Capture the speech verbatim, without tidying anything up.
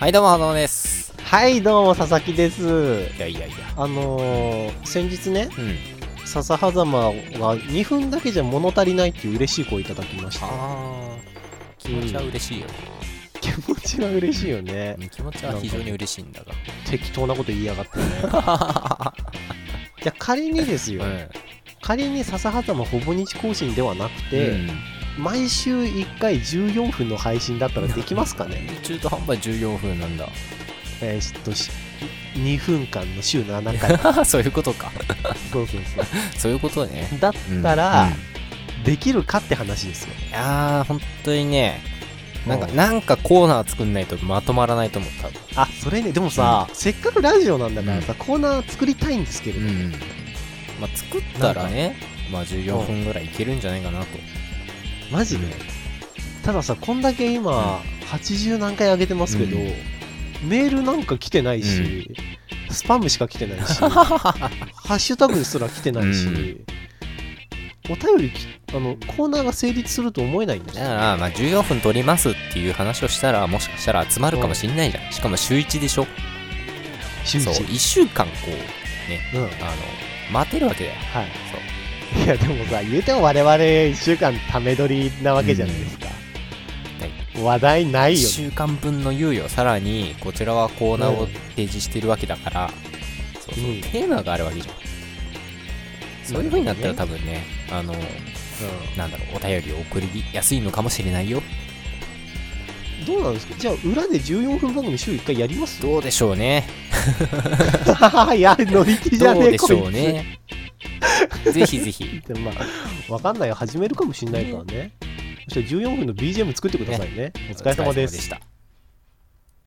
はいどうも、はのです。 はいどうも、佐々木です。 いやいやいや、 あのー、先日ね、 うん、 笹狭間がにふんだけじゃ物足りないっていう嬉しい声いただきました。 あー、気持ちは嬉しいよね、 うん、気持ちは嬉しいよね、 うん、気持ちは非常に嬉しいんだが適当なこと言いやがってねじゃあ仮にですよ、うん、仮に笹狭間ほぼ日更新ではなくて、うん、毎週いっかいじゅうよんふんの配信だったらできますかね中途半端じゅうよんふんなんだ。 えー、っとにふんかんの週ななかいそういうことかそうそうそうそういうことね。 だったら、うんうん、できるかって話ですよ。 いやー本当にね、なんか、なんかコーナー作んないとまとまらないと思った。 あ、それね、でもさ、うん、せっかくラジオなんだからさ、うん、コーナー作りたいんですけれど、うん、 まあ、作ったらね、まあじゅうよんぷんぐらいいけるんじゃないかなと。 マジで、うん、たださ、こんだけ今、うん、はちじゅう何回上げてますけど、うん、メールなんか来てないし、うん、スパムしか来てないしハッシュタグすら来てないし、うん、お便りあのコーナーが成立すると思えないんですよ。 だからまあじゅうよんぷん取りますっていう話をしたら、もしかしたら集まるかもしんないじゃん、うん、しかも週いちでしょ。 週いち、 そういっしゅうかんこうね、うん、あの待てるわけだよ。 はい、そういやでもさ、言うても我々いっしゅうかんため撮りなわけじゃないですか、うん、話題ないよ、ね、 いっしゅうかんぶんの猶予、さらにこちらはコーナーを提示してるわけだから、うん、そうそう、うん、テーマがあるわけじゃん。そういう風になったら多分ね、あの、うん、なんだろう、お便りを送りやすいのかもしれないよ。 どうなんですか。じゃあ裏でじゅうよんぷん番組週いっかいやります。 どうでしょうねいや、乗り気じゃねえ。 どうでしょうねぜひぜひでもまあ、わかんないよ、始めるかもしれないからね。そしてじゅうよんぷんの ビージーエム 作ってくださいね。お疲れ様です。